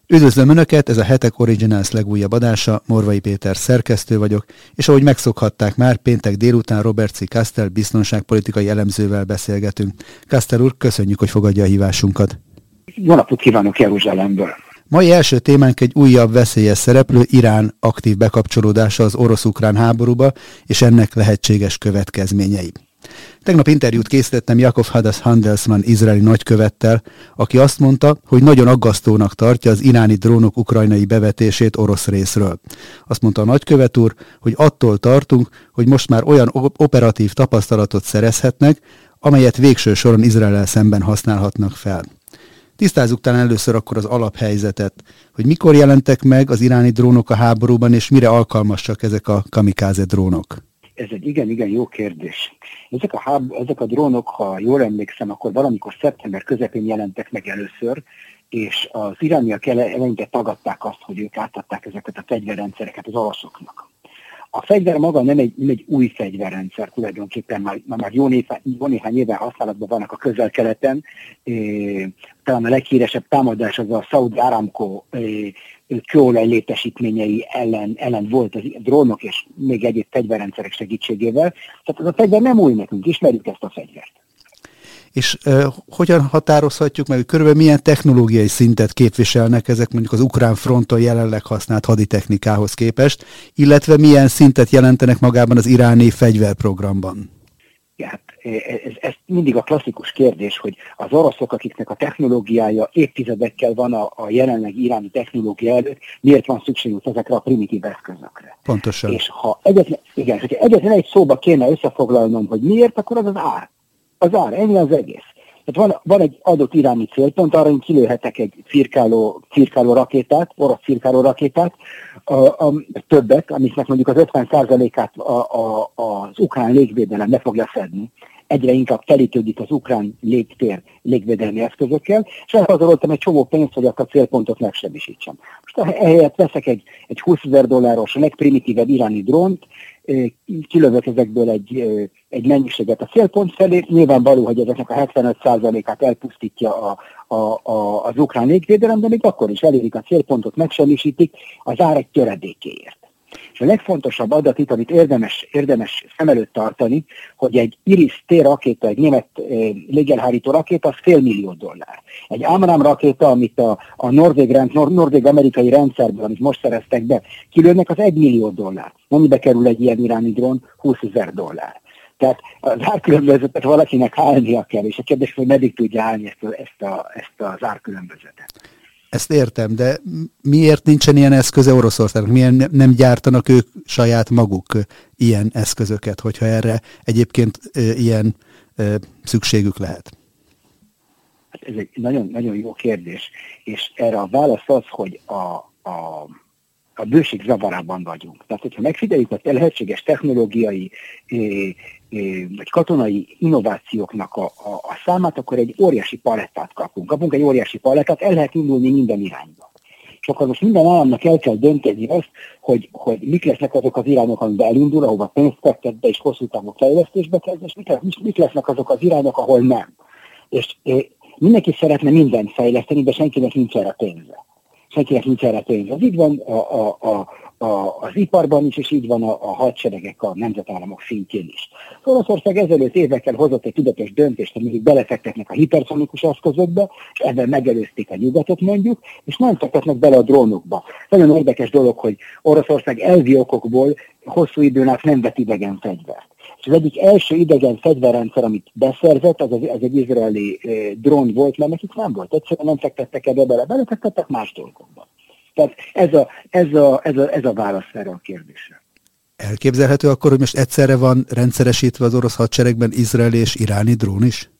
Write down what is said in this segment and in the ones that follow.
Üdvözlöm Önöket, ez a Hetek Originals legújabb adása, Morvai Péter szerkesztő vagyok, és ahogy megszokhatták már, péntek délután Robert C. Kastel biztonságpolitikai elemzővel beszélgetünk. Kastel úr, köszönjük, hogy fogadja a hívásunkat. Jó napot kívánok Jeruzsálemből! Mai első témánk egy újabb veszélyes szereplő, Irán aktív bekapcsolódása az orosz-ukrán háborúba, és ennek lehetséges következményei. Tegnap interjút készítettem Yakov Hadas Handelsman izraeli nagykövettel, aki azt mondta, hogy nagyon aggasztónak tartja az iráni drónok ukrajnai bevetését orosz részről. Azt mondta a nagykövet úr, hogy attól tartunk, hogy most már olyan operatív tapasztalatot szerezhetnek, amelyet végső soron Izraellel szemben használhatnak fel. Tisztázzuk talán először akkor az alaphelyzetet, hogy mikor jelentek meg az iráni drónok a háborúban, és mire alkalmasak ezek a kamikáze drónok? Ez egy igen jó kérdés. Ezek a drónok, ha jól emlékszem, akkor valamikor szeptember közepén jelentek meg először, és az irániak eleinte tagadták azt, hogy ők átadták ezeket a fegyverrendszereket az oroszoknak. A fegyver maga nem egy új fegyverrendszer, tulajdonképpen már jó néhány éve használatban vannak a Közel-Keleten. Talán a leghíresebb támadás az a Saudi Aramco kőolaj létesítményei ellen volt az drónok és még egyéb fegyverrendszerek segítségével. Tehát ez a fegyver nem új nekünk, ismerjük ezt a fegyvert. És hogyan határozhatjuk meg, hogy körülbelül milyen technológiai szintet képviselnek ezek mondjuk az ukrán fronton jelenleg használt haditechnikához képest, illetve milyen szintet jelentenek magában az iráni fegyverprogramban? Hát, ez mindig a klasszikus kérdés, hogy az oroszok, akiknek a technológiája évtizedekkel van a jelenleg iráni technológia előtt, miért van szükségük ezekre a primitív eszközökre. Pontosan. És ha egyetlen egy szóba kéne összefoglalnom, hogy miért, akkor az ár. Az ár, ennyi az egész. Tehát van egy adott iráni célpont, arra én kilőhetek egy cirkáló rakétát, orosz cirkáló rakétát, többet, amiknek mondjuk az 50%-át az ukrán légvédelem le fogja szedni. Egyre inkább telítődik az ukrán légtér légvédelmi eszközökkel, és elpazaroltam egy csomó pénzt, hogy azt a célpontot megsebesítsem. Most ehelyett veszek egy $20,000 legprimitívebb iráni drónt, kilövök ezekből egy mennyiséget a célpont felé, nyilvánvaló, hogy ezeknek a 75%-át elpusztítja az ukrán légvédelem, de még akkor is elérik a célpontot, megsemmisítik az ár egy töredékéért. És a legfontosabb adat itt, amit érdemes szem előtt tartani, hogy egy Iris-T rakéta, egy német légelhárító rakéta, az $500 millió. Egy Amram rakéta, amit a norvég-amerikai rendszerből, amit most szereztek be, kilőnek, az $1 millió. Mennyibe kerül egy ilyen iráni drón? $20,000. Tehát az árkülönbözetet valakinek állnia kell, és a kérdés, hogy meddig tudja állni ezt az árkülönbözetet. Ezt értem, de miért nincsen ilyen eszköze Oroszországnak? Miért nem gyártanak ők saját maguk ilyen eszközöket, hogyha erre egyébként ilyen szükségük lehet? Hát ez egy nagyon jó kérdés, és erre a válasz az, hogy a bőség zavarában vagyunk. Tehát, hogyha megfigyeljük a lehetséges technológiai vagy katonai innovációknak a számát, akkor egy óriási palettát kapunk. Kapunk egy óriási palettát, el lehet indulni minden irányba. És akkor most minden államnak el kell dönteni azt, hogy mik lesznek azok az irányok, amiben elindul, ahova pénzt fektet be és hosszú távú fejlesztésbe kezd, és mik lesznek azok az irányok, ahol nem. És mindenki szeretne mindent fejleszteni, de senkinek nincs erre pénze. Ez így van az iparban is, és így van a hadseregek, a nemzetállamok szintjén is. Oroszország ezelőtt évekkel hozott egy tudatos döntést, hogy belefektetnek a hipersonikus eszközökbe, és ebben megelőzték a nyugatot mondjuk, és nem fektetnek bele a drónokba. Nagyon érdekes dolog, hogy Oroszország elvi okokból hosszú időn át nem vett idegen fegyvert. És az egyik első idegen fegyverrendszer, amit beszerzett, az egy izraeli drón volt, mert nekik nem volt. Egyszerűen nem fektettek ebbe belefektettek más dolgokba. Tehát ez a válasz erre a kérdésre. Elképzelhető akkor, hogy most egyszerre van rendszeresítve az orosz hadseregben izraeli és iráni drón is?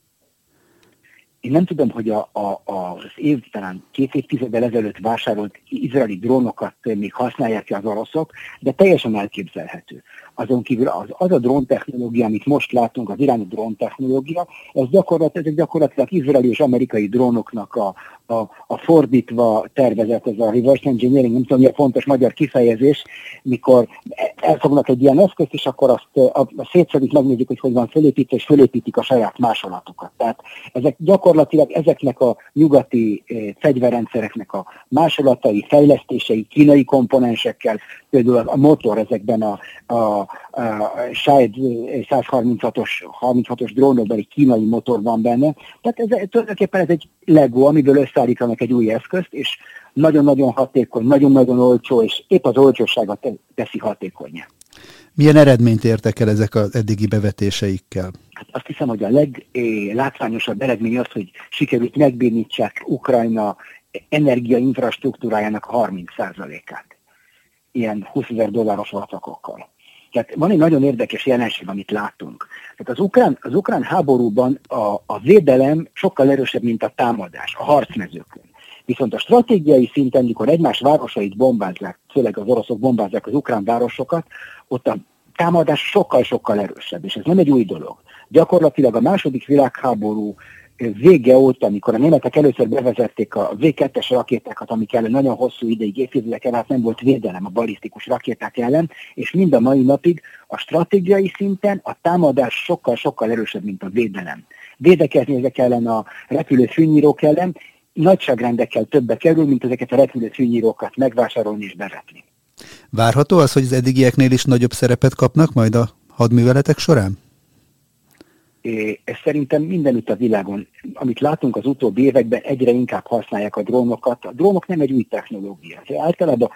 Én nem tudom, hogy az év talán 2 évtizeddel ezelőtt vásárolt izraeli drónokat még használják ki az oroszok, de teljesen elképzelhető. Azon kívül az a dróntechnológia, amit most látunk, az iráni dróntechnológia, ez gyakorlatilag izraeli és amerikai drónoknak a fordítva tervezett, ez a reverse engineering, nem tudom, mi a fontos magyar kifejezés, mikor elfognak egy ilyen eszközt, és akkor azt szétszedik, megnézik, hogy van fölépítve, és fölépítik a saját másolatukat. Tehát ezek gyakorlatilag ezeknek a nyugati fegyverrendszereknek a másolatai, fejlesztései, kínai komponensekkel, például a motor ezekben a Shahed 136-os drónokban egy kínai motor van benne. Tehát tulajdonképpen ez egy Lego, amiből összeállítanak egy új eszközt, és nagyon-nagyon hatékony, nagyon-nagyon olcsó, és épp az olcsósága teszi hatékonnyá. Milyen eredményt értek el ezek az eddigi bevetéseikkel? Hát azt hiszem, hogy a leglátványosabb eredmény az, hogy sikerült megbénítsák Ukrajna energiainfrastruktúrájának a 30%-át. Ilyen $20,000 vacakokkal. Tehát van egy nagyon érdekes jelenség, amit látunk. Tehát az ukrán háborúban a védelem sokkal erősebb, mint a támadás, a harcmezőkön. Viszont a stratégiai szinten, mikor egymás városait bombázzák, főleg az oroszok bombázzák az ukrán városokat, ott a támadás sokkal-sokkal erősebb, és ez nem egy új dolog. Gyakorlatilag a második világháború vége óta, amikor a németek először bevezették a V2-es rakétákat, amik ellen nagyon hosszú ideig, évtizedeken át nem volt védelem a balisztikus rakéták ellen, és mind a mai napig a stratégiai szinten a támadás sokkal-sokkal erősebb, mint a védelem. Védekezni ezek ellen a repülő fűnyírók ellen nagyságrendekkel többe kerül, mint ezeket a repülő fűnyírókat megvásárolni és bevetni. Várható az, hogy az eddigieknél is nagyobb szerepet kapnak majd a hadműveletek során? Ez szerintem mindenütt a világon, amit látunk az utóbbi években, egyre inkább használják a drónokat. A drónok nem egy új technológia. Általában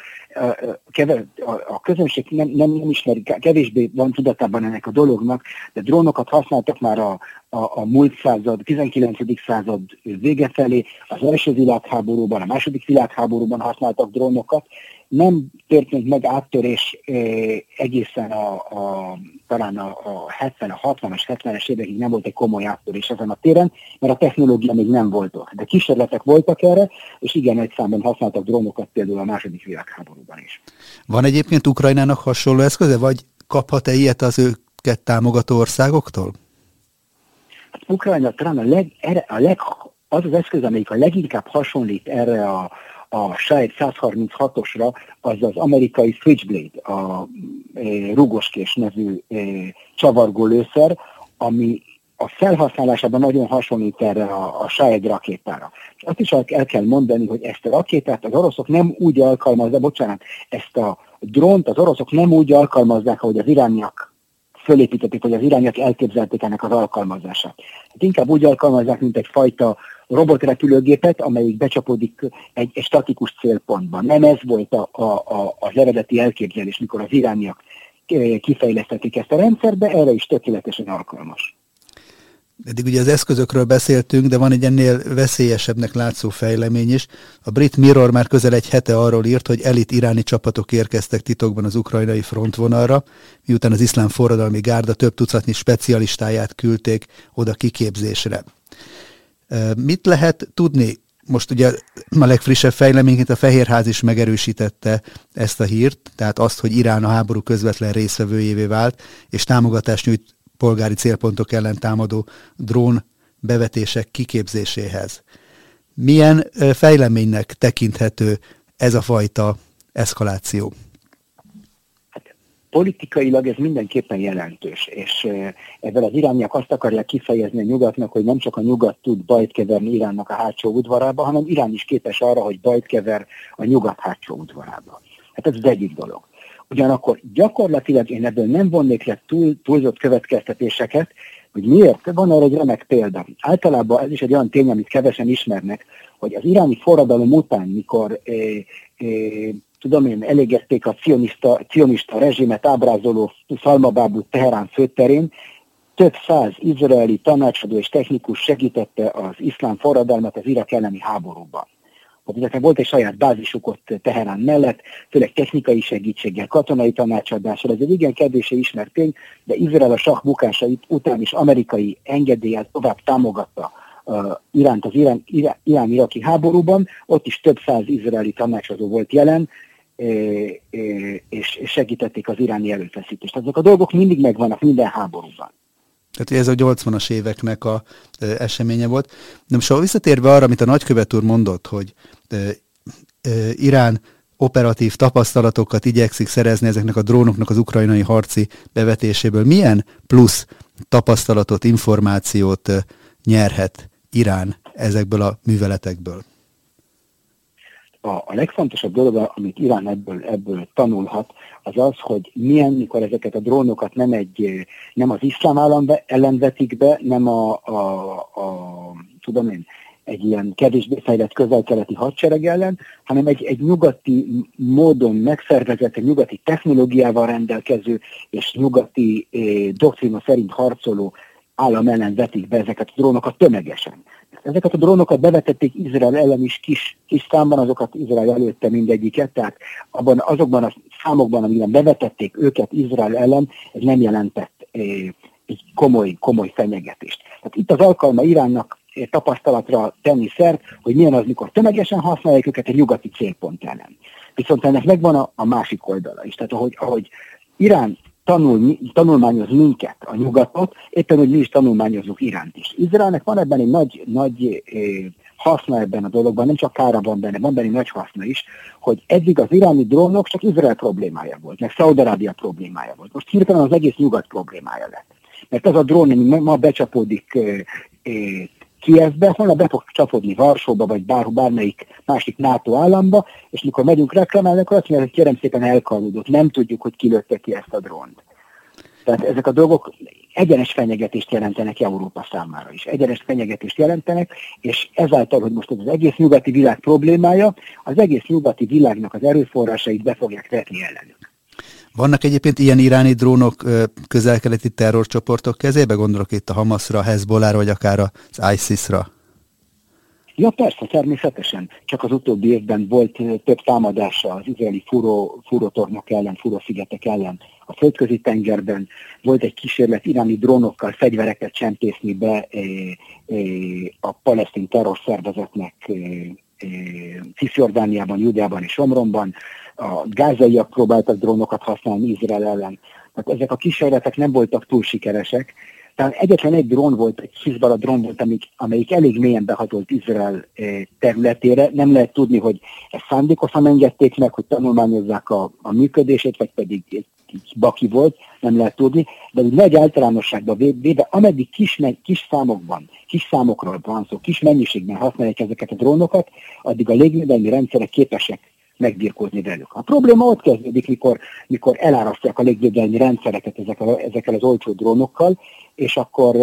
a közönség nem ismeri, kevésbé van tudatában ennek a dolognak, de drónokat használtak már a múlt század, 19. század vége felé, az első világháborúban, a második világháborúban használtak drónokat. Nem történt meg áttörés egészen talán a 60-as, 70-es évekig nem volt egy komoly áttörés ezen a téren, mert a technológia még nem volt ott. De kísérletek voltak erre, és igen, egy számban használtak drónokat például a második világháborúban is. Van egyébként Ukrajnának hasonló eszköze, vagy kaphat-e ilyet az őket támogató országoktól? Hát Ukrajna talán az az eszköz, amelyik a leginkább hasonlít erre a Shahed 136-osra, az az amerikai Switchblade, a rúgoskés nevű csavargó lőszer, ami a felhasználásában nagyon hasonlít erre a Shahed rakétára. Azt is el kell mondani, hogy ezt a rakétát az oroszok nem úgy alkalmazzák, ezt a drónt az oroszok nem úgy alkalmazzák, ahogy az irániak fölépítették, hogy az irániak elképzelték ennek az alkalmazását. Hát inkább úgy alkalmazzák, mint egyfajta robotrepülőgépet, amelyik becsapódik egy statikus célpontban. Nem ez volt az eredeti elképzelés, mikor az irániak kifejlesztették ezt a rendszerbe, erre is tökéletesen alkalmas. Eddig ugye az eszközökről beszéltünk, de van egy ennél veszélyesebbnek látszó fejlemény is. A brit Mirror már közel egy hete arról írt, hogy elit iráni csapatok érkeztek titokban az ukrajnai frontvonalra, miután az iszlám forradalmi gárda több tucatnyi specialistáját küldték oda kiképzésre. Mit lehet tudni? Most ugye a legfrissebb fejleményként a Fehérház is megerősítette ezt a hírt, tehát azt, hogy Irán a háború közvetlen résztvevőjévé vált, és támogatást nyújt polgári célpontok ellen támadó drón bevetések kiképzéséhez. Milyen fejleménynek tekinthető ez a fajta eszkaláció? Politikailag ez mindenképpen jelentős, és ezzel az irániak azt akarják kifejezni a nyugatnak, hogy nem csak a nyugat tud bajt keverni Iránnak a hátsó udvarába, hanem Irán is képes arra, hogy bajt kever a nyugat hátsó udvarába. Hát ez az egyik dolog. Ugyanakkor gyakorlatilag én ebből nem vonnék le túlzott következtetéseket, hogy miért. Van erre egy remek példa. Általában ez is egy olyan tény, amit kevesen ismernek, hogy az iráni forradalom után, mikor elégették a cionista rezsimet ábrázoló Szalmabábú Teherán főterén, több száz izraeli tanácsadó és technikus segítette az iszlám forradalmat az Irak elleni háborúban. Ezeknek volt egy saját bázisuk ott Teherán mellett, főleg technikai segítséggel, katonai tanácsadással. Ez egy igen kevéssé ismert tény, de Izrael a sah bukása után is amerikai engedéllyel tovább támogatta Iránt az irán-iraki háborúban, ott is több száz izraeli tanácsadó volt jelen, és segítették az iráni előfeszítést. Ezek a dolgok mindig megvannak minden háborúban. Tehát ez a 80-as éveknek a eseménye volt. De most visszatérve arra, amit a nagykövet úr mondott, hogy Irán operatív tapasztalatokat igyekszik szerezni ezeknek a drónoknak az ukrajnai harci bevetéséből, milyen plusz tapasztalatot, információt nyerhet Irán ezekből a műveletekből? A legfontosabb dolog, amit Irán ebből tanulhat, az az, hogy milyen, mikor ezeket a drónokat nem az iszlám állam ellen vetik be, nem tudom én, egy ilyen kevésbé fejlett közel-keleti hadsereg ellen, hanem egy nyugati módon megszervezett, egy nyugati technológiával rendelkező és nyugati doktrina szerint harcoló állam ellen vetik be ezeket a drónokat tömegesen. Ezeket a drónokat bevetették Izrael ellen is kis számban, azokat Izrael előtte mindegyiket, tehát azokban a számokban, amiben bevetették őket Izrael ellen, ez nem jelentett egy komoly fenyegetést. Tehát itt az alkalma Iránnak tapasztalatra tenni szert, hogy milyen az, mikor tömegesen használják őket egy nyugati célpont ellen. Viszont ennek megvan a másik oldala is. Tehát ahogy Irán tanulmányoz minket, a nyugatot, éppen, hogy mi is tanulmányozunk Iránt is. Izraelnek van ebben egy nagy haszna ebben a dologban, nem csak kára van benne egy nagy haszna is, hogy eddig az iráni drónok csak Izrael problémája volt, meg Szaúd-Arábia problémája volt. Most hirtelen az egész nyugat problémája lett. Mert az a drón, ami ma becsapódik Kijevbe, holnap be fog csapódni Varsóba, vagy bármelyik másik NATO államba, és mikor megyünk reklamálni, akkor azt mondja, hogy kérem szépen elkalódott, nem tudjuk, hogy kilőtte ki ezt a drónt. Tehát ezek a dolgok egyenes fenyegetést jelentenek Európa számára is. Egyenes fenyegetést jelentenek, és ezáltal, hogy most ez az egész nyugati világ problémája, az egész nyugati világnak az erőforrásait be fogják vetni ellenük. Vannak egyébként ilyen iráni drónok közel-keleti terrorcsoportok kezébe? Gondolok itt a Hamasra, Hezbollahra, vagy akár az ISIS-ra? Ja, persze, természetesen. Csak az utóbbi évben volt több támadása az izraeli fúrótornyok ellen, fúrószigetek ellen. A földközi tengerben volt egy kísérlet iráni drónokkal fegyvereket csempészni be a palesztin terrorszervezetnek Cisjordániában, Júdeában és Omronban. A gázaiak próbáltak drónokat használni Izrael ellen. Tehát ezek a kísérletek nem voltak túl sikeresek. Tehát egyetlen egy drón volt, egy Hizballah drón volt, amelyik elég mélyen behatolt Izrael területére. Nem lehet tudni, hogy ezt szándékosan engedték meg, hogy tanulmányozzák a működését, vagy pedig egy baki volt, nem lehet tudni. De úgy nagy általánosságban véve, ameddig kis számokról van szó, kis mennyiségben használják ezeket a drónokat, addig a légvédelmi rendszerek képesek megbirkózni velük. A probléma ott kezdődik, mikor elárasztják a légvédelmi rendszereket ezekkel az olcsó drónokkal, és akkor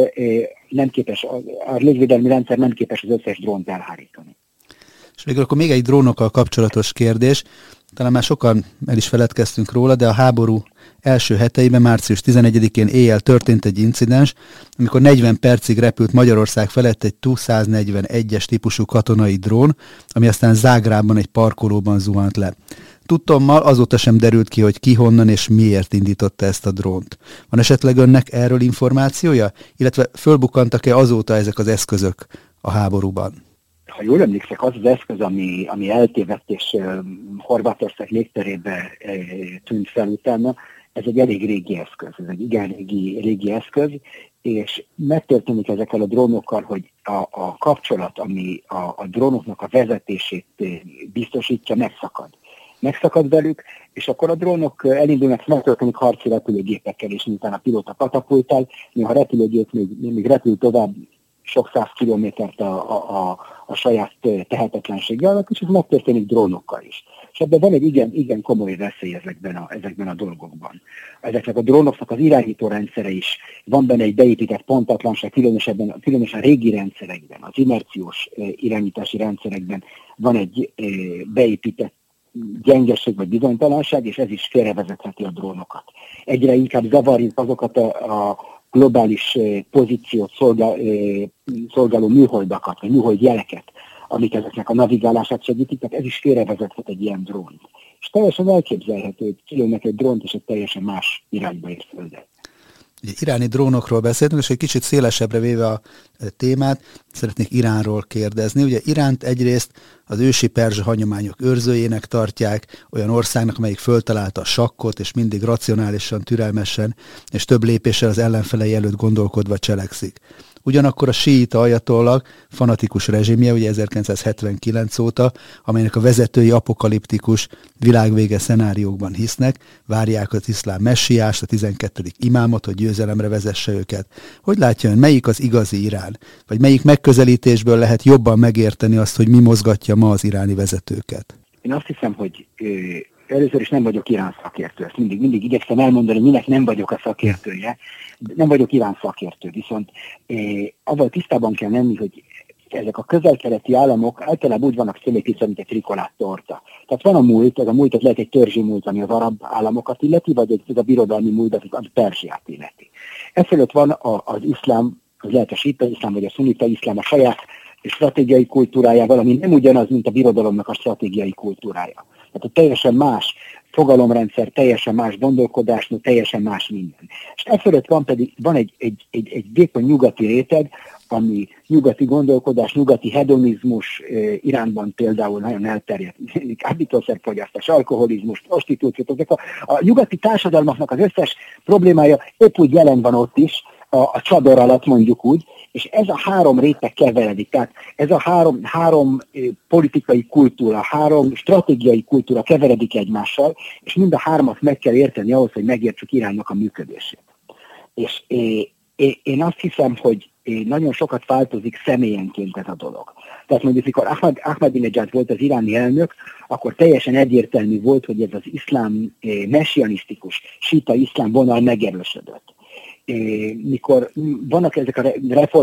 a légvédelmi rendszer nem képes az összes drónt elhárítani. És végül akkor még egy drónokkal kapcsolatos kérdés. Talán már sokan el is feledkeztünk róla, de a háború első heteiben, március 11-én éjjel történt egy incidens, amikor 40 percig repült Magyarország felett egy Tu-141-es típusú katonai drón, ami aztán Zágrában egy parkolóban zuhant le. Tudtommal azóta sem derült ki, hogy ki, honnan és miért indította ezt a drónt. Van esetleg önnek erről információja? Illetve fölbukkantak-e azóta ezek az eszközök a háborúban? Ha jól emlékszek, az eszköz, ami eltévedt és Horvátország légterébe tűnt fel utána, ez egy elég régi eszköz, ez egy igen régi eszköz, és megtörténik ezekkel a drónokkal, hogy a kapcsolat, ami a drónoknak a vezetését biztosítja, megszakad velük, és akkor a drónok elindulnak, megtörténik harci repülőgépekkel, és miután a pilóta katapultál, néha a repülőgép még repül tovább sok száz kilométert a saját tehetetlensége alatt, és ez megtörténik drónokkal is. És ebben van egy igen komoly veszély ezekben a dolgokban. Ezeknek a drónoknak az irányító rendszere is, van benne egy beépített pontatlanság, különösen régi rendszerekben, az inerciós irányítási rendszerekben van egy beépített gyengeség vagy bizonytalanság, és ez is félrevezetheti a drónokat. Egyre inkább zavarjuk azokat a globális pozíciót szolgáló műholdakat, vagy műhold jeleket, amik ezeknek a navigálását segítik, tehát ez is félrevezethet egy ilyen drónt. És teljesen elképzelhető, hogy kilőnek egy drónt, és egy teljesen más irányba ér földet. Ugye iráni drónokról beszéltünk, és egy kicsit szélesebbre véve a témát, szeretnék Iránról kérdezni. Ugye Iránt egyrészt az ősi perzsa hagyományok őrzőjének tartják, olyan országnak, amelyik föltalálta a sakkot, és mindig racionálisan, türelmesen, és több lépéssel az ellenfelei előtt gondolkodva cselekszik. Ugyanakkor a síita ajatollag fanatikus rezsimje, ugye 1979 óta, amelynek a vezetői apokaliptikus világvége szenáriókban hisznek, várják az iszlám messiást, a 12. imámot, hogy győzelemre vezesse őket. Hogy látja ön, melyik az igazi Irán? Vagy melyik megközelítésből lehet jobban megérteni azt, hogy mi mozgatja ma az iráni vezetőket? Én azt hiszem, hogy először is nem vagyok Irán szakértő. Ezt mindig igyekszem elmondani, hogy minek nem vagyok a szakértője. Nem vagyok Irán szakértő, viszont avval tisztában kell lenni, hogy ezek a közel-keleti államok általában úgy vannak szélépítve, mint egy trikolát torta. Tehát van a múlt, ez a múltat lehet egy törzsi múlt, ami az arab államokat illeti, vagy ez a birodalmi múlt, ami Perzsiát illeti. Ezfelől van az iszlám, az lehet a síita iszlám, vagy a szunita iszlám, a saját stratégiai kultúrájával, ami nem ugyanaz, mint a birodalomnak a stratégiai kultúrája. Tehát a teljesen más fogalomrendszer, teljesen más gondolkodás, teljesen más minden. És ezfelől van egy vékony nyugati réteg, ami nyugati gondolkodás, nyugati hedonizmus, Iránban például nagyon elterjedt kábítószerfogyasztás, alkoholizmus, prostitúció, ezek a nyugati társadalmaknak az összes problémája épp úgy jelen van ott is, a csador alatt mondjuk úgy, és ez a három réteg keveredik. Tehát ez a három politikai kultúra, három stratégiai kultúra keveredik egymással, és mind a hármat meg kell érteni ahhoz, hogy megértsük Iránnak a működését. És én azt hiszem, hogy nagyon sokat változik személyenként ez a dolog. Tehát mondjuk, amikor Ahmadinejad volt az iráni elnök, akkor teljesen egyértelmű volt, hogy ez az iszlám messianisztikus, síita iszlám vonal megerősödött. Mikor vannak ezek a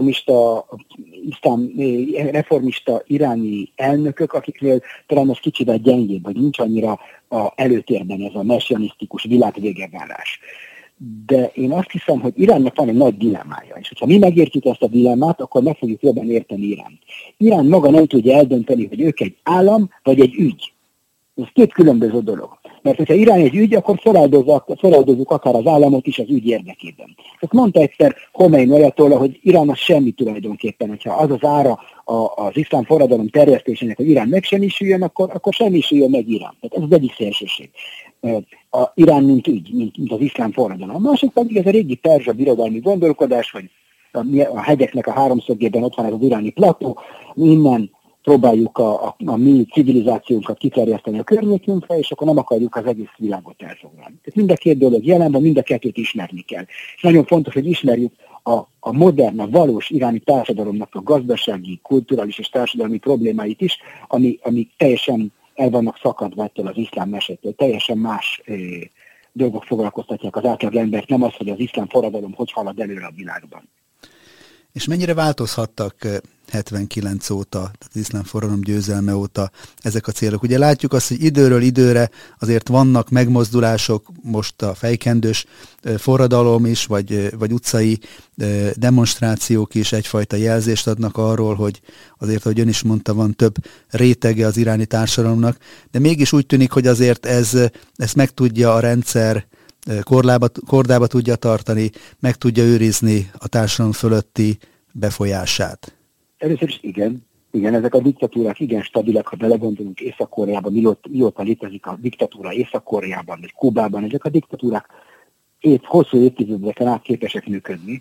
reformista iráni elnökök, akiknél talán ez kicsivel gyengébb, vagy nincs annyira előtérben ez a messianisztikus világvégevállás. De én azt hiszem, hogy Iránnak van egy nagy dilemmája, és hogyha mi megértjük ezt a dilemmát, akkor meg fogjuk jobban érteni Iránt. Irán maga nem tudja eldönteni, hogy ők egy állam, vagy egy ügy. Ez két különböző dolog. Mert hogyha Irán egy ügy, akkor feláldozzuk akár az államot is az ügy érdekében. Ezt mondta egyszer Khomeini ajatollah, hogy Irán az semmi tulajdonképpen, hogyha az az ára az iszlám forradalom terjesztésének, hogy Irán megsemmisüljön, akkor semmisüljön meg Irán. Tehát ez az egyik szélsőség. A Irán mint ügy, mint az iszlám forradalom. A másik pedig ez a régi perzsa birodalmi gondolkodás, hogy a hegyeknek a háromszögében ott van ez az iráni plató, innen próbáljuk a mi civilizációnkat kiterjeszteni a környékünkre, és akkor nem akarjuk az egész világot elfoglalni. Tehát mind a két dolog jelen van, mind a kettőt ismerni kell. És nagyon fontos, hogy ismerjük a modern, a valós iráni társadalomnak a gazdasági, kulturális és társadalmi problémáit is, ami teljesen el vannak szakadva ettől az iszlám mesétől. Teljesen más dolgok foglalkoztatják az átlag embert, nem az, hogy az iszlám forradalom hogy halad előre a világban. És mennyire változhattak 79 óta, tehát az iszlám forradalom győzelme óta ezek a célok? Ugye látjuk azt, hogy időről időre azért vannak megmozdulások, most a fejkendős forradalom is, vagy utcai demonstrációk is egyfajta jelzést adnak arról, hogy azért, ahogy ön is mondta, van több rétege az iráni társadalomnak, de mégis úgy tűnik, hogy azért ezt meg tudja a rendszer kordába tudja tartani, meg tudja őrizni a társadalom fölötti befolyását. Először is igen, ezek a diktatúrák igen stabilak, ha belegondolunk Észak-Koreában, mióta létezik a diktatúra Észak-Koreában, vagy Kubában, ezek a diktatúrák hosszú évtizedeken át képesek működni.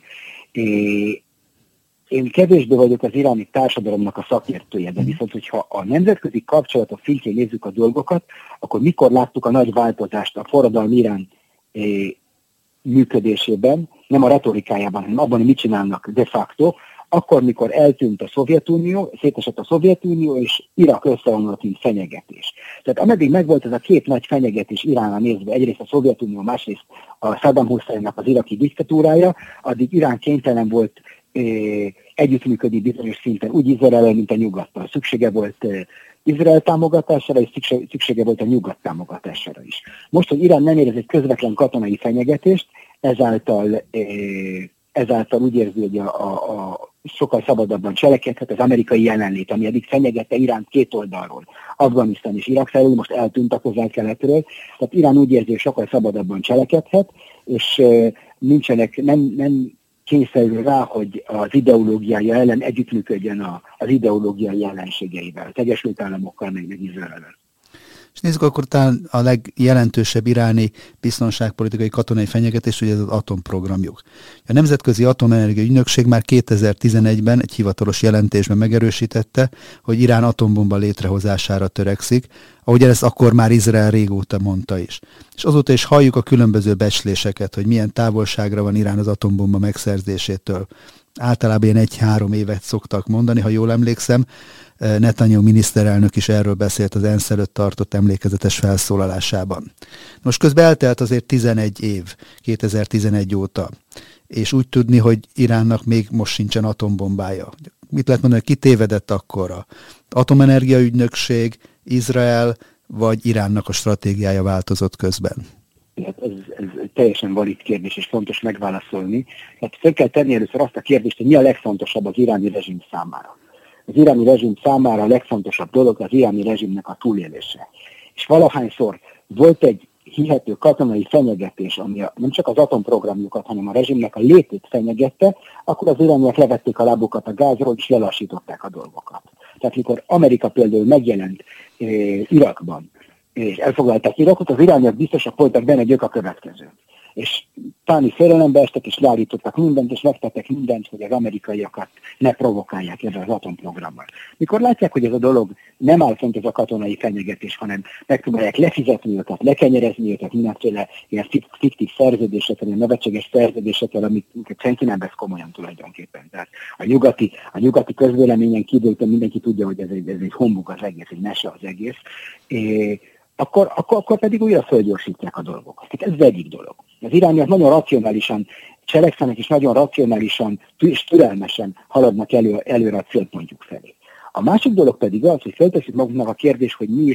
Én kevésbé vagyok az iráni társadalomnak a szakértője, de viszont, hogyha a nemzetközi kapcsolatok szintjén nézzük a dolgokat, akkor mikor láttuk a nagy változást a forradalmi Irán működésében, nem a retorikájában, hanem abban, hogy mit csinálnak de facto, akkor, mikor eltűnt a Szovjetunió, szétesett a Szovjetunió, és Irak összeomlott, mint fenyegetés. Tehát ameddig megvolt ez a két nagy fenyegetés Iránra nézve, egyrészt a Szovjetunió, másrészt a Saddam Husseinnak az iraki diktatúrája, addig Irán kénytelen volt együttműködni bizonyos szinten, úgy Izraellel, mint a nyugattal. Szüksége volt Izrael támogatására, és szüksége volt a nyugat támogatására is. Most, hogy Irán nem érez egy közvetlen katonai fenyegetést, ezáltal úgy érzi, hogy sokkal szabadabban cselekedhet az amerikai jelenlét, ami eddig fenyegette Iránt két oldalról. Afganisztán és Irak felől most eltűnt a közel-keletről, tehát Irán úgy érzi, hogy sokkal szabadabban cselekedhet, és nem kényszerül rá, hogy az ideológiája ellen együttműködjön az ideológiai ellenségeivel, az Egyesült Államokkal, meg Izraellel. És nézzük akkor talán a legjelentősebb iráni biztonságpolitikai katonai fenyegetés, ugye ez az atomprogramjuk. A Nemzetközi Atomenergia Ügynökség már 2011-ben egy hivatalos jelentésben megerősítette, hogy Irán atombomba létrehozására törekszik, ahogy ezt akkor már Izrael régóta mondta is. És azóta is halljuk a különböző becsléseket, hogy milyen távolságra van Irán az atombomba megszerzésétől. Általában ilyen 1-3 évet szoktak mondani, ha jól emlékszem. Netanyahu miniszterelnök is erről beszélt az ENSZ előtt tartott emlékezetes felszólalásában. Most közben eltelt azért 11 év, 2011 óta, és úgy tudni, hogy Iránnak még most sincsen atombombája. Mit lehet mondani, ki tévedett akkorra? Atomenergia Ügynökség, Izrael, vagy Iránnak a stratégiája változott közben? Hát ez teljesen valid kérdés, és fontos megválaszolni. Hát fel kell tenni először azt a kérdést, hogy mi a legfontosabb az iráni rezsim számára. Az iráni rezsim számára a legfontosabb dolog az iráni rezsimnek a túlélése. És valahányszor volt egy hihető katonai fenyegetés, ami nem csak az atomprogramjukat, hanem a rezsimnek a létét fenyegette, akkor az irániak levették a lábukat a gázról, és lelassították a dolgokat. Tehát mikor Amerika például megjelent Irakban, és elfoglalták Irakot, az irániak biztosak voltak benne, hogy ők a következő. És táni félelembe estek, és leállítottak mindent, és megtettek mindent, hogy az amerikaiakat ne provokálják ezzel az atomprogrammal. Mikor látják, hogy ez a dolog nem áll fent ez a katonai fenyegetés, hanem megpróbálják lefizetni őket, lekenyerezni őket mindenféle ilyen fiktív szerződésekkel, ilyen nevetséges szerződésekkel, amiket senki nem vesz komolyan tulajdonképpen. Tehát a nyugati közvéleményen kívül mindenki tudja, hogy ez egy humbug az egész, egy mese az egész. Akkor pedig újra fölgyorsítják a dolgokat. Tehát ez az egyik dolog. Az irániak nagyon racionálisan cselekszenek, és nagyon racionálisan és türelmesen haladnak előre a célpontjuk felé. A másik dolog pedig az, hogy felteszik magunknak a kérdés, hogy mi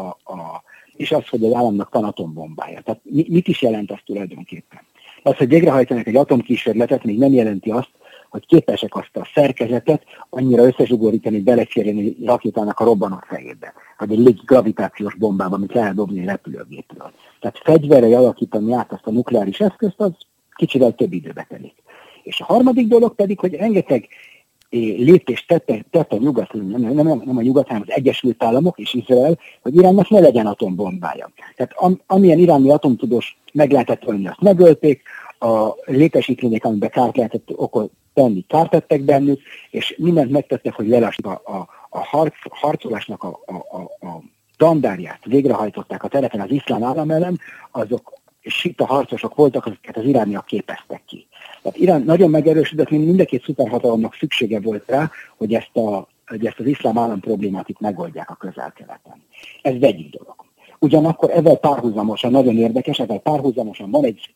is az, hogy az államnak van atombombája. Tehát mit is jelent az tulajdonképpen? Az, hogy végrehajtanak egy atomkísérletet, még nem jelenti azt, hogy képesek azt a szerkezetet annyira összezsugorítani, hogy beleférjen egy rakétának a robbanott fejébe, vagy egy légi gravitációs bombába, amit lehet dobni egy repülőgépről. Tehát fegyverrel alakítani át azt a nukleáris eszközt, az kicsivel több időbe telik. És a harmadik dolog pedig, hogy rengeteg lépést tett a nyugat, nem a nyugat, hanem az Egyesült Államok és Izrael, hogy Iránnak ne legyen atombombája. Tehát amilyen iráni atomtudós meg lehetett ölni, azt megölték, a létesítmények, amiben kárt lehetett tenni, kárt tettek bennük, és mindent megtettek, hogy lelassítsák a harcolásnak a dandárját végrehajtották a terepen az iszlám állam ellen, azok sita harcosok voltak, akiket az irániak képeztek ki. Tehát Irán nagyon megerősödött, mint mind a két szuperhatalomnak szüksége volt rá, hogy ezt az iszlám állam problémát itt megoldják a Közel-Keleten. Ez egyik dolog. Ugyanakkor ezzel párhuzamosan, nagyon érdekes, ezzel párhuzamosan van egy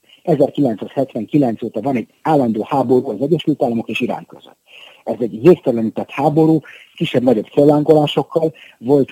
1979 óta van egy állandó háború az Egyesült Államok és Irán között. Ez egy végtelenített háború, kisebb-nagyobb fellángolásokkal, volt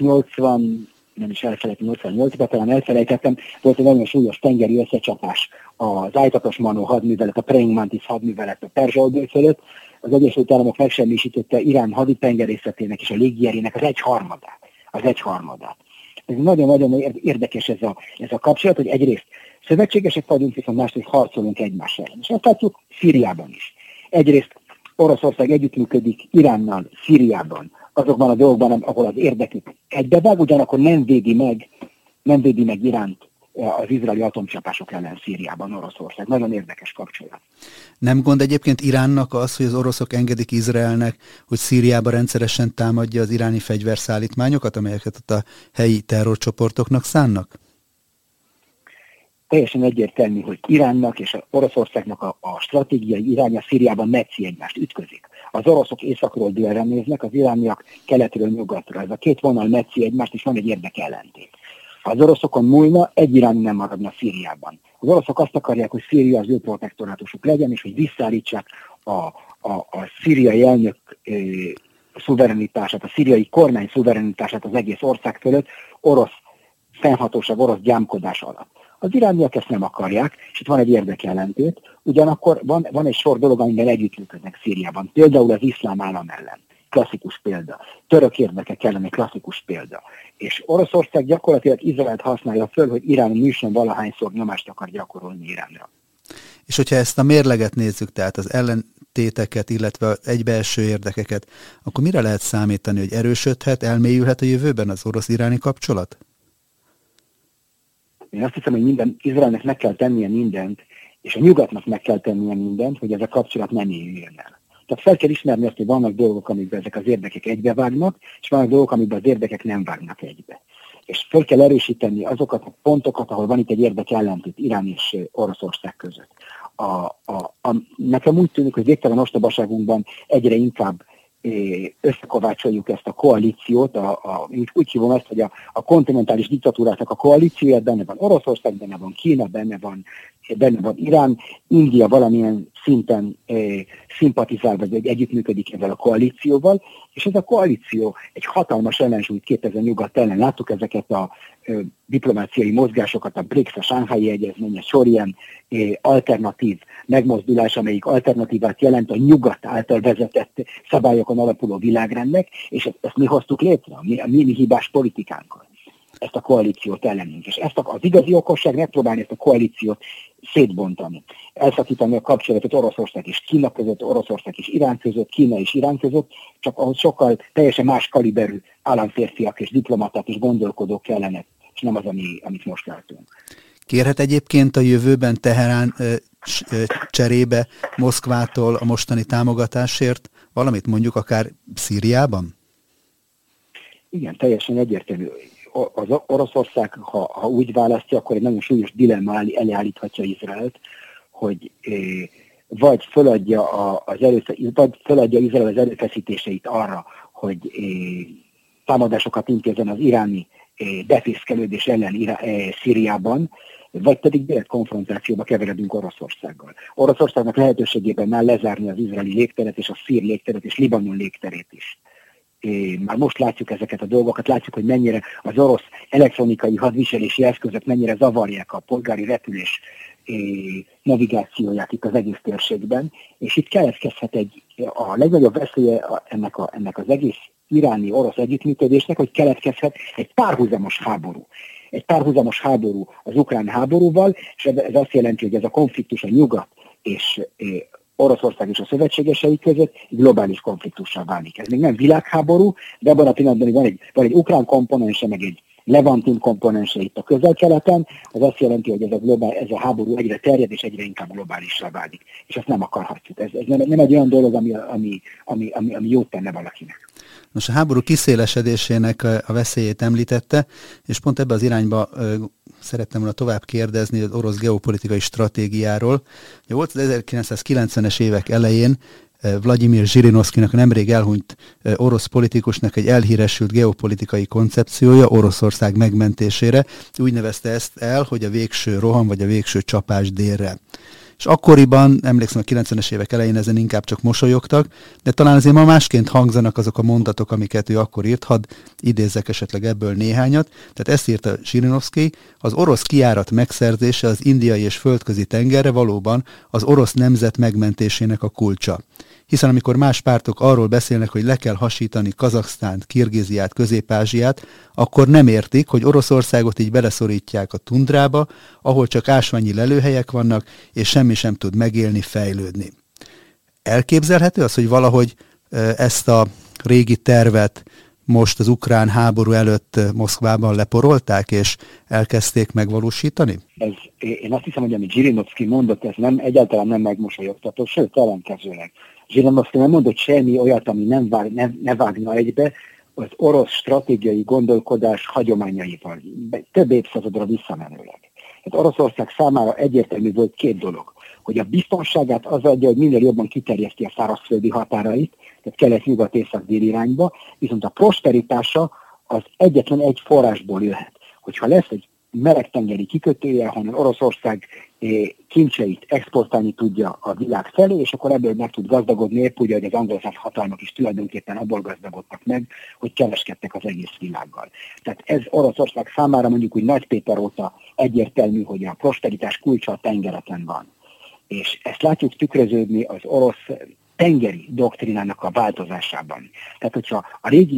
88-ban talán elfelejtettem, volt egy nagyon súlyos tengeri összecsapás az Ájtatos Manó hadművelet, a Praying Mantis hadművelet a Perzsa-öböl fölött. Az Egyesült Államok megsemmisítette Irán haditengerészetének és a légierének az egyharmadát. Ez nagyon-nagyon érdekes ez a kapcsolat, hogy egyrészt szövetségesek vagyunk, viszont másrészt harcolunk egymás ellen. És ezt látjuk Szíriában is. Egyrészt Oroszország együttműködik Iránnal Szíriában, azokban a dolgokban, ahol az érdekük egybevág, ugyanakkor nem védi meg Iránt az izraeli atomcsapások ellen Szíriában Oroszország. Nagyon érdekes kapcsolat. Nem gond egyébként Iránnak az, hogy az oroszok engedik Izraelnek, hogy Szíriában rendszeresen támadja az iráni fegyverszállítmányokat, amelyeket ott a helyi terrorcsoportoknak szánnak? Teljesen egyértelmű, hogy Iránnak és Oroszországnak a stratégiai iránya Szíriában metszi egymást, ütközik. Az oroszok északról délre néznek, az irániak keletről nyugatra. Ez a két vonal metszi egymást, és van egy érdekellentét. Ha az oroszokon múlna, egy iráni nem maradna Szíriában. Az oroszok azt akarják, hogy Szíria az ő protektorátusuk legyen, és hogy visszaállítsák a szíriai elnök szuverenitását, a szíriai kormány szuverenitását az egész ország fölött orosz fennhatóság, orosz gyámkodás alatt. Az irániak ezt nem akarják, és itt van egy érdekellentét, ugyanakkor van egy sor dolog, amivel együttműködnek Szíriában. Például az iszlám állam ellen. Klasszikus példa. Török érdekek elleni klasszikus példa. És Oroszország gyakorlatilag Izraelt használja föl, hogy Irán műson valahányszor nyomást akar gyakorolni Iránra. És hogyha ezt a mérleget nézzük, tehát az ellentéteket, illetve egybeeső érdekeket, akkor mire lehet számítani, hogy erősödhet, elmélyülhet a jövőben az orosz-iráni kapcsolat? Én azt hiszem, hogy Izraelnek meg kell tennie mindent, és a nyugatnak meg kell tennie mindent, hogy ez a kapcsolat nem éljön el. Tehát fel kell ismerni azt, hogy vannak dolgok, amikben ezek az érdekek egybevágnak, és vannak dolgok, amikben az érdekek nem vágnak egybe. És fel kell erősíteni azokat a pontokat, ahol van itt egy érdekellentét Irán és Oroszország között. Nekem úgy tűnik, hogy végtelen ostobaságunkban egyre inkább összekovácsoljuk ezt a koalíciót, úgy hívom ezt, hogy a kontinentális diktatúráknak a koalícióját, benne van Oroszország, benne van Kína, benne van Irán, India valamilyen szinten szimpatizál, vagy együttműködik ezzel a koalícióval, és ez a koalíció egy hatalmas ellensúlyt képez a nyugat ellen. Láttuk ezeket a diplomáciai mozgásokat, a BRICS, a Shanghai Egyezmény, a sor ilyen alternatív megmozdulás, amelyik alternatívát jelent a nyugat által vezetett szabályokon alapuló világrendnek, és ezt mi hoztuk létre, a mi hibás politikánkkal, ezt a koalíciót ellenünk. És ezt az igazi okosság megpróbálni ezt a koalíciót szétbontani, elszakítani a kapcsolatot Oroszország és Kína között, Oroszország és Irán között, Kína és Irán között, csak ahhoz sokkal teljesen más kaliberű államférfiak és diplomaták és gondolkodók kellenek, és nem az, amit most látunk. Kérhet egyébként a jövőben Teherán cserébe Moszkvától a mostani támogatásért valamit, mondjuk akár Szíriában? Igen, teljesen egyértelmű. Az Oroszország, ha úgy választja, akkor egy nagyon súlyos dilemma elé állíthatja Izraelt, hogy vagy föladja Izrael az erőfeszítéseit arra, hogy támadásokat intézzen az iráni befészkelődés ellen Szíriában, vagy pedig direkt konfrontációba keveredünk Oroszországgal. Oroszországnak lehetőségében áll lezárni az izraeli légteret és a szír légteret és Libanon légterét is. Már most látjuk ezeket a dolgokat, látjuk, hogy mennyire az orosz elektronikai hadviselési eszközök mennyire zavarják a polgári repülés navigációját itt az egész térségben, és itt keletkezhet a legnagyobb veszélye ennek az egész iráni-orosz együttműködésnek, hogy keletkezhet egy párhuzamos háború. Egy párhuzamos háború az ukrán háborúval, és ez azt jelenti, hogy ez a konfliktus a nyugat és Oroszország és a szövetségesei között globális konfliktussá válik. Ez még nem világháború, de abban a pillanatban van egy ukrán komponense, meg egy levantin komponense itt a közel-keleten, az azt jelenti, hogy ez a háború egyre terjed és egyre inkább globálisra válik. És ezt nem akarhatjuk. Ez nem egy olyan dolog, ami jót tenne valakinek. Most a háború kiszélesedésének a veszélyét említette, és pont ebbe az irányba szerettem volna tovább kérdezni az orosz geopolitikai stratégiáról. Volt az 1990-es évek elején Vladimir Zsirinovszkinak, a nemrég elhunyt orosz politikusnak egy elhíresült geopolitikai koncepciója Oroszország megmentésére. Úgy nevezte ezt el, hogy a végső roham vagy a végső csapás délre. És akkoriban, emlékszem, a 90-es évek elején ezen inkább csak mosolyogtak, de talán azért ma másként hangzanak azok a mondatok, amiket ő akkor írt, hadd idézzek esetleg ebből néhányat. Tehát ezt írta Zsirinovszky: az orosz kijárat megszerzése az indiai és földközi tengerre valóban az orosz nemzet megmentésének a kulcsa. Hiszen amikor más pártok arról beszélnek, hogy le kell hasítani Kazaksztánt, Kirgiziát, Közép-Ázsiát, akkor nem értik, hogy Oroszországot így beleszorítják a tundrába, ahol csak ásványi lelőhelyek vannak, és semmi sem tud megélni, fejlődni. Elképzelhető az, hogy valahogy ezt a régi tervet most az ukrán háború előtt Moszkvában leporolták, és elkezdték megvalósítani? Én azt hiszem, hogy amit Zsirinovszky mondott, ez egyáltalán nem megmosolyogtató, sőt, ellenkezőleg. Zsirinovszky nem mondott semmi olyat, ami ne vágna egybe az orosz stratégiai gondolkodás hagyományaival, több évszázadra visszamenőleg. Tehát Oroszország számára egyértelmű volt két dolog, hogy a biztonságát az adja, hogy minél jobban kiterjeszti a szárazföldi határait, tehát kelet-nyugat-észak-dél irányba, viszont a prosperitása az egyetlen egy forrásból jöhet. Hogyha lesz egy melegtengeri kikötője, ahonnan Oroszország kincseit exportálni tudja a világ felé, és akkor ebből meg tud gazdagodni, épp úgy, hogy az angolszász hatalmak is tulajdonképpen abból gazdagodtak meg, hogy kereskedtek az egész világgal. Tehát ez Oroszország számára mondjuk úgy Nagy Péter óta egyértelmű, hogy a prosperitás kulcsa a tengereken van. És ezt látjuk tükröződni az orosz tengeri doktrinának a változásában. Tehát, hogyha a régi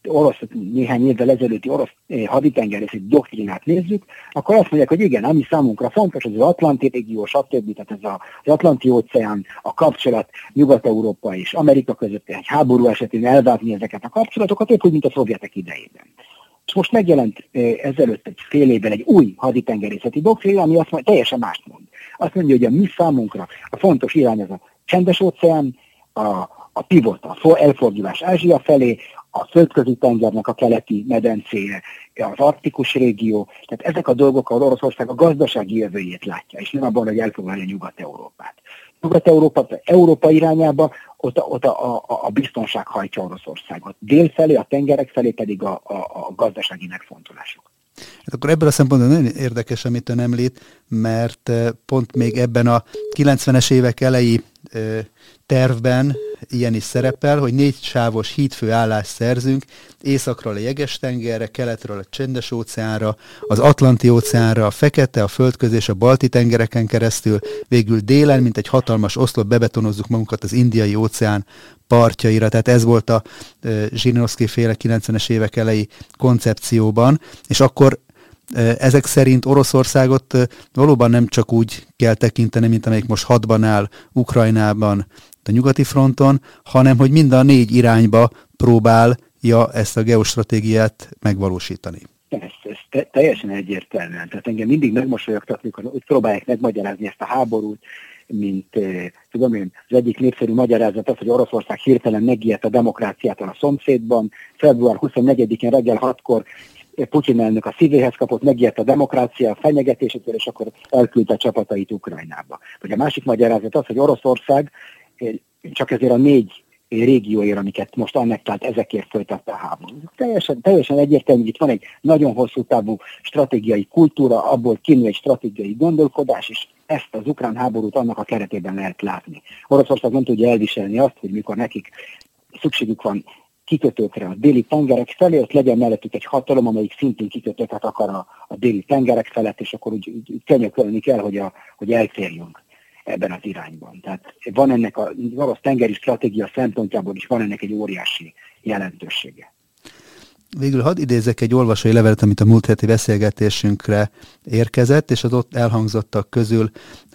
néhány évvel ezelőtti orosz haditengerészeti doktrinát nézzük, akkor azt mondják, hogy igen, ami számunkra fontos, az Atlanti régió, stb. Tehát ez az Atlanti-óceán, a kapcsolat Nyugat-Európa és Amerika között, egy háború esetén elvágni ezeket a kapcsolatokat, épp úgy, mint a szovjetek idejében. És most megjelent ezelőtt egy fél évvel egy új haditengerészeti doktrína, ami azt mondja, teljesen mást mond. Azt mondja, hogy a mi számunkra a fontos irány az a Csendes-óceán, a pivot, a elfordulás Ázsia felé, a földközi tengernek a keleti medencéje, az arktikus régió, tehát ezek a dolgok, ahol Oroszország a gazdasági jövőjét látja, és nem abban, hogy elfoglalja Nyugat-Európát. Európa irányába ott a biztonság hajtja Oroszországot. Dél felé, a tengerek felé pedig a gazdasági megfontolások. Hát akkor ebből a szempontból nagyon érdekes, amit ön említ, mert pont még ebben a 90-es évek elejé tervben ilyen is szerepel, hogy 4 sávos hídfőállást szerzünk, északról a Jeges-tengerre, keletről a Csendes-óceánra, az Atlanti-óceánra, a Fekete, a Földközi és a Balti-tengereken keresztül, végül délen, mint egy hatalmas oszlop bebetonozzuk magunkat az Indiai-óceán partjaira. Tehát ez volt a Zsirinovszky-féle 90-es évek elejé koncepcióban, és akkor ezek szerint Oroszországot valóban nem csak úgy kell tekinteni, mint amelyik most hadban áll Ukrajnában, a nyugati fronton, hanem hogy mind a 4 irányba próbálja ezt a geostratégiát megvalósítani. Ez teljesen egyértelműen. Tehát engem mindig megmosolyogtatni, hogy próbálják megmagyarázni ezt a háborút, mint tudom én, az egyik népszerű magyarázat az, hogy Oroszország hirtelen megijedt a demokráciától a szomszédban. Február 24-én reggel 6-kor Putyin elnök a szívéhez kapott, megijedt a demokrácia a fenyegetésétől, és akkor elküldte a csapatait Ukrajnába. Vagy a másik magyarázat az, hogy Oroszország csak ezért a 4 régióért, amiket most annektált, ezekért folytatta a háborút. Teljesen egyértelmű, hogy itt van egy nagyon hosszú távú stratégiai kultúra, abból kinő egy stratégiai gondolkodás, és ezt az ukrán háborút annak a keretében lehet látni. Oroszország nem tudja elviselni azt, hogy mikor nekik szükségük van kikötőkre a déli tengerek felé, ott legyen mellettük egy hatalom, amelyik szintén kikötőket akar a déli tengerek felett, és akkor úgy könyökölni kell, hogy eltérjünk ebben az irányban. Tehát van ennek az orosz tengeri stratégia szempontjából is van ennek egy óriási jelentősége. Végül hadd idézek egy olvasói levelet, amit a múlt heti beszélgetésünkre érkezett, és az ott elhangzottak közül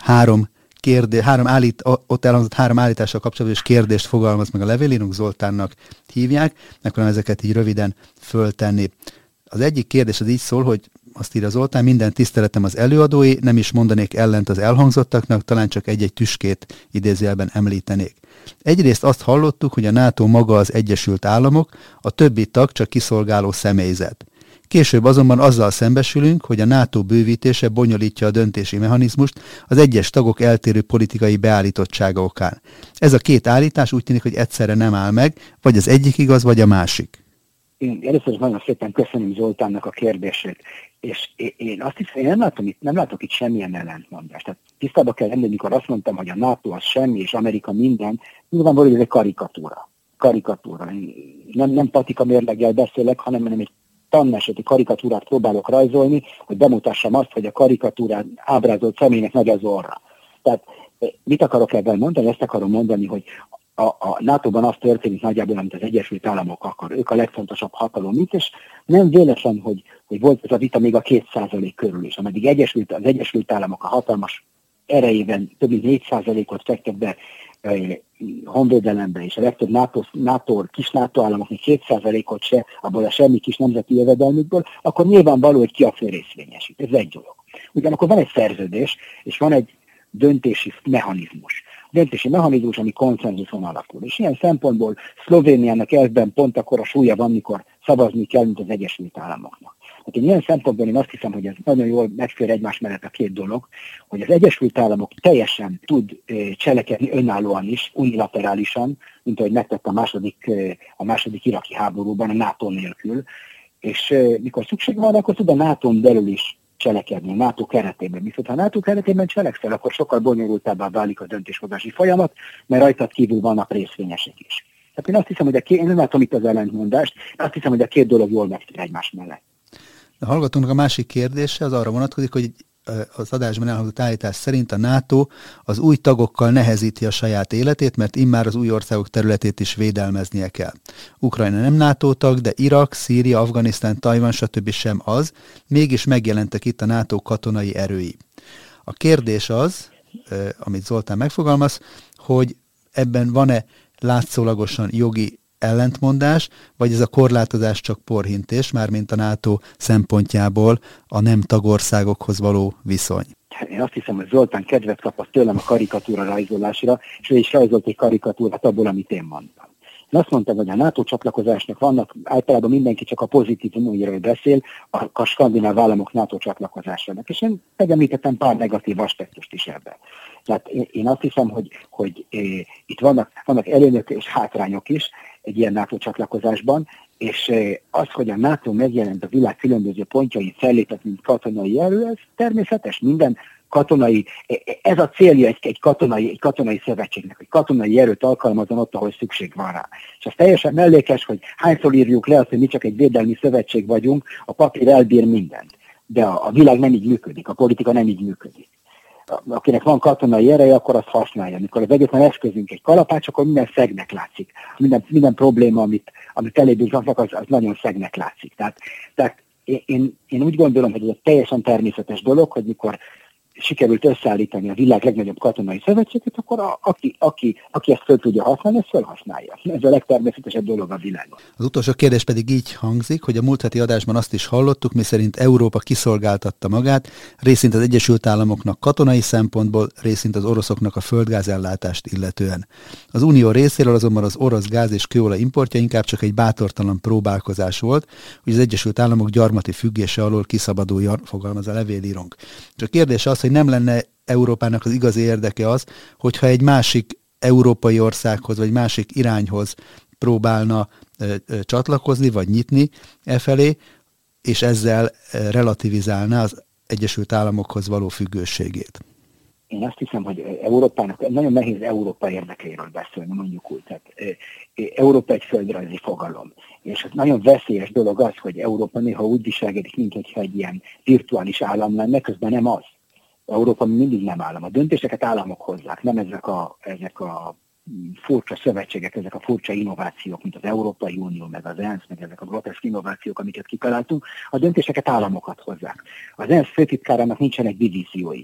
ott elhangzott 3 állítással kapcsolatban, és kérdést fogalmaz meg a levélírunk, Zoltánnak hívják, megpróbálom ezeket így röviden föltenni. Az egyik kérdés az így szól, hogy azt írja Zoltán, minden tiszteletem az előadói, nem is mondanék ellent az elhangzottaknak, talán csak egy-egy tüskét idézőjelben említenék. Egyrészt azt hallottuk, hogy a NATO maga az Egyesült Államok, a többi tag csak kiszolgáló személyzet. Később azonban azzal szembesülünk, hogy a NATO bővítése bonyolítja a döntési mechanizmust az egyes tagok eltérő politikai beállítottsága okán. Ez a 2 állítás úgy tűnik, hogy egyszerre nem áll meg, vagy az egyik igaz, vagy a másik. Én először is nagyon szépen köszönöm Zoltánnak a kérdését, és én azt hiszem, én nem látok itt semmilyen ellentmondást. Tehát tisztában kell lenni, amikor azt mondtam, hogy a NATO az semmi, és Amerika minden, nyilvánvaló, hogy ez egy karikatúra. Nem patika mérleggel beszélek, hanem egy tanmeseti karikatúrát próbálok rajzolni, hogy bemutassam azt, hogy a karikatúrán ábrázolt személynek nagy az orra. Tehát mit akarok ebben mondani? Ezt akarom mondani, hogy a NATO-ban az történik nagyjából, amit az Egyesült Államok akar. Ők a legfontosabb hatalom itt, és nem véletlen, hogy volt ez a vita még a 2% körül is, ameddig az Egyesült Államok a hatalmas erejében több mint 4%-ot fektet be honvédelembe, és a legtöbb kis NATO államoknak 2%-ot se, abból a semmi kis nemzeti jövedelmükből, akkor nyilvánvaló, hogy ki a fő részvényesít. Ez egy dolog. Ugyanakkor van egy szerződés, és van egy döntési mechanizmus. Ami konszenzuson alapul. És ilyen szempontból Szlovéniának elvben pont akkor a súlya van, mikor szavazni kell, mint az Egyesült Államoknak. Hát ilyen szempontból én azt hiszem, hogy ez nagyon jól megfér egymás mellett a 2 dolog, hogy az Egyesült Államok teljesen tud cselekedni önállóan is, unilaterálisan, mint ahogy megtett a második iraki háborúban, a NATO nélkül, és mikor szükség van, akkor tud a NATO-n belül is cselekedni, a NATO keretében. Viszont ha a NATO keretében cselekszel, akkor sokkal bonyolultabbá válik a döntéshozási folyamat, mert rajtad kívül vannak részvényesek is. Tehát én azt hiszem, hogy én nem látom itt az ellentmondást, azt hiszem, hogy a 2 dolog jól megfér egymás mellett. A hallgatónak a másik kérdése az arra vonatkozik, hogy az adásban elhangzott állítás szerint a NATO az új tagokkal nehezíti a saját életét, mert immár az új országok területét is védelmeznie kell. Ukrajna nem NATO tag, de Irak, Szíria, Afganisztán, Tajvan, stb. Sem az, mégis megjelentek itt a NATO katonai erői. A kérdés az, amit Zoltán megfogalmaz, hogy ebben van-e látszólagosan jogi ellentmondás, vagy ez a korlátozás csak porhintés, mármint a NATO szempontjából a nem tagországokhoz való viszony? Én azt hiszem, hogy Zoltán kedvet kapott tőlem a karikatúra rajzolásra, és ő is rajzolt egy karikatúrát abból, amit én mondtam. Én azt mondtam, hogy a NATO csatlakozásnak vannak, általában mindenki csak a pozitívumairól beszél, a skandináv államok NATO csatlakozásának, és én megemlítettem pár negatív aspektust is ebben. Tehát én azt hiszem, hogy itt vannak előnyök és hátrányok is egy ilyen NATO csatlakozásban, és az, hogy a NATO megjelent a világ különböző pontjain, fellépett, mint katonai erő, ez természetes, minden katonai, ez a célja egy katonai szövetségnek, hogy katonai erőt alkalmazzon ott, ahol szükség van rá. És az teljesen mellékes, hogy hányszor írjuk le azt, hogy mi csak egy védelmi szövetség vagyunk, a papír elbír mindent. De a világ nem így működik, a politika nem így működik. Akinek van katonai ereje, akkor azt használja. Amikor az egyetlen eszközünk egy kalapács, akkor minden szegnek látszik. Minden probléma, amit elébünk az nagyon szegnek látszik. Tehát én úgy gondolom, hogy ez egy teljesen természetes dolog, hogy mikor sikerült összeállítani a világ legnagyobb katonai szövetséget, akkor aki ezt föl tudja használni, ezt felhasználja. Ez a legtermészetesebb dolog a világon. Az utolsó kérdés pedig így hangzik, hogy a múlt heti adásban azt is hallottuk, miszerint Európa kiszolgáltatta magát, részint az Egyesült Államoknak katonai szempontból, részint az oroszoknak a földgázellátást illetően. Az Unió részéről azonban az orosz gáz és kőolaj importja inkább csak egy bátortalan próbálkozás volt, hogy az Egyesült Államok gyarmati függése alól kiszabaduljon, fogalmaz a levélírónk. Csak a kérdés az, hogy nem lenne Európának az igazi érdeke az, hogyha egy másik európai országhoz, vagy másik irányhoz próbálna csatlakozni, vagy nyitni felé, és ezzel relativizálná az Egyesült Államokhoz való függőségét. Én azt hiszem, hogy Európának nagyon nehéz Európa érdekeiről beszélni, mondjuk úgy. Tehát Európa egy földrajzi fogalom. És az nagyon veszélyes dolog az, hogy Európa néha úgy viselkedik, mintha egy ilyen virtuális állam lenne, közben nem az. Európa mindig nem állam. A döntéseket államok hozzák, nem ezek a furcsa szövetségek, ezek a furcsa innovációk, mint az Európai Unió, meg az ENSZ, meg ezek a groteszk innovációk, amiket kitaláltunk, a döntéseket államokat hozzák. Az ENSZ főtitkárának nincsenek divíziói.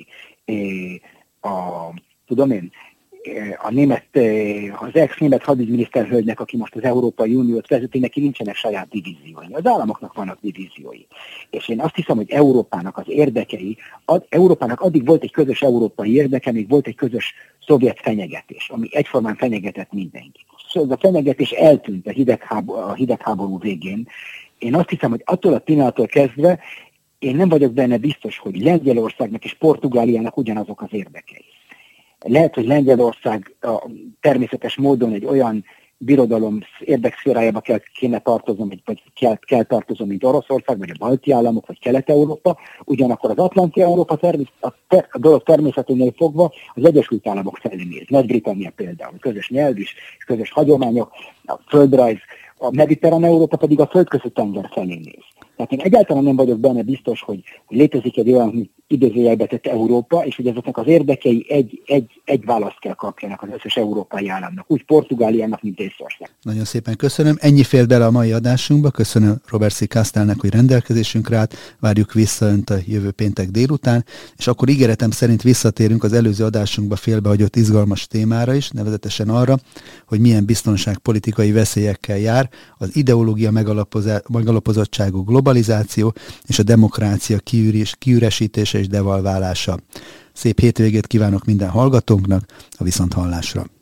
Az ex-német hadügyminiszter hölgynek, aki most az Európai Uniót vezeti, neki nincsenek saját divíziói. Az államoknak vannak divíziói. És én azt hiszem, hogy Európának az érdekei, Európának addig volt egy közös európai érdeke, még volt egy közös szovjet fenyegetés, ami egyformán fenyegetett mindenki. Ez a fenyegetés eltűnt a hidegháború végén. Én azt hiszem, hogy attól a pillanattól kezdve én nem vagyok benne biztos, hogy Lengyelországnak és Portugáliának ugyanazok az érdekei. Lehet, hogy Lengyelország természetes módon egy olyan birodalom érdekszférájába kéne tartozom, vagy kell tartozom, mint Oroszország, vagy a balti államok, vagy Kelet-Európa, ugyanakkor az Atlanti Európa a dolog természeténél fogva az Egyesült Államok felé néz. Nagy-Britannia például, közös nyelv is, közös hagyományok, a földrajz, a mediterrán Európa pedig a földközi tenger felé néz. Tehát én egyáltalán nem vagyok benne biztos, hogy létezik egy olyan idézőjelbe tett Európa, és hogy ezeknek az érdekei egy választ kell kapjanak az összes európai államnak, úgy Portugáliának, mint Észország. Nagyon szépen köszönöm. Ennyi fér bele a mai adásunkba. Köszönöm Robert C. Kastelnek, hogy rendelkezésünkre állt. Várjuk vissza Önt a jövő péntek délután, és akkor ígéretem szerint visszatérünk az előző adásunkba félbehagyott izgalmas témára is, nevezetesen arra, hogy milyen biztonságpolitikai veszélyekkel jár az ideológia megalapozottságú globalizáció és a demokrácia kiüresítése és devalválása. Szép hétvégét kívánok minden hallgatónknak, a viszonthallásra!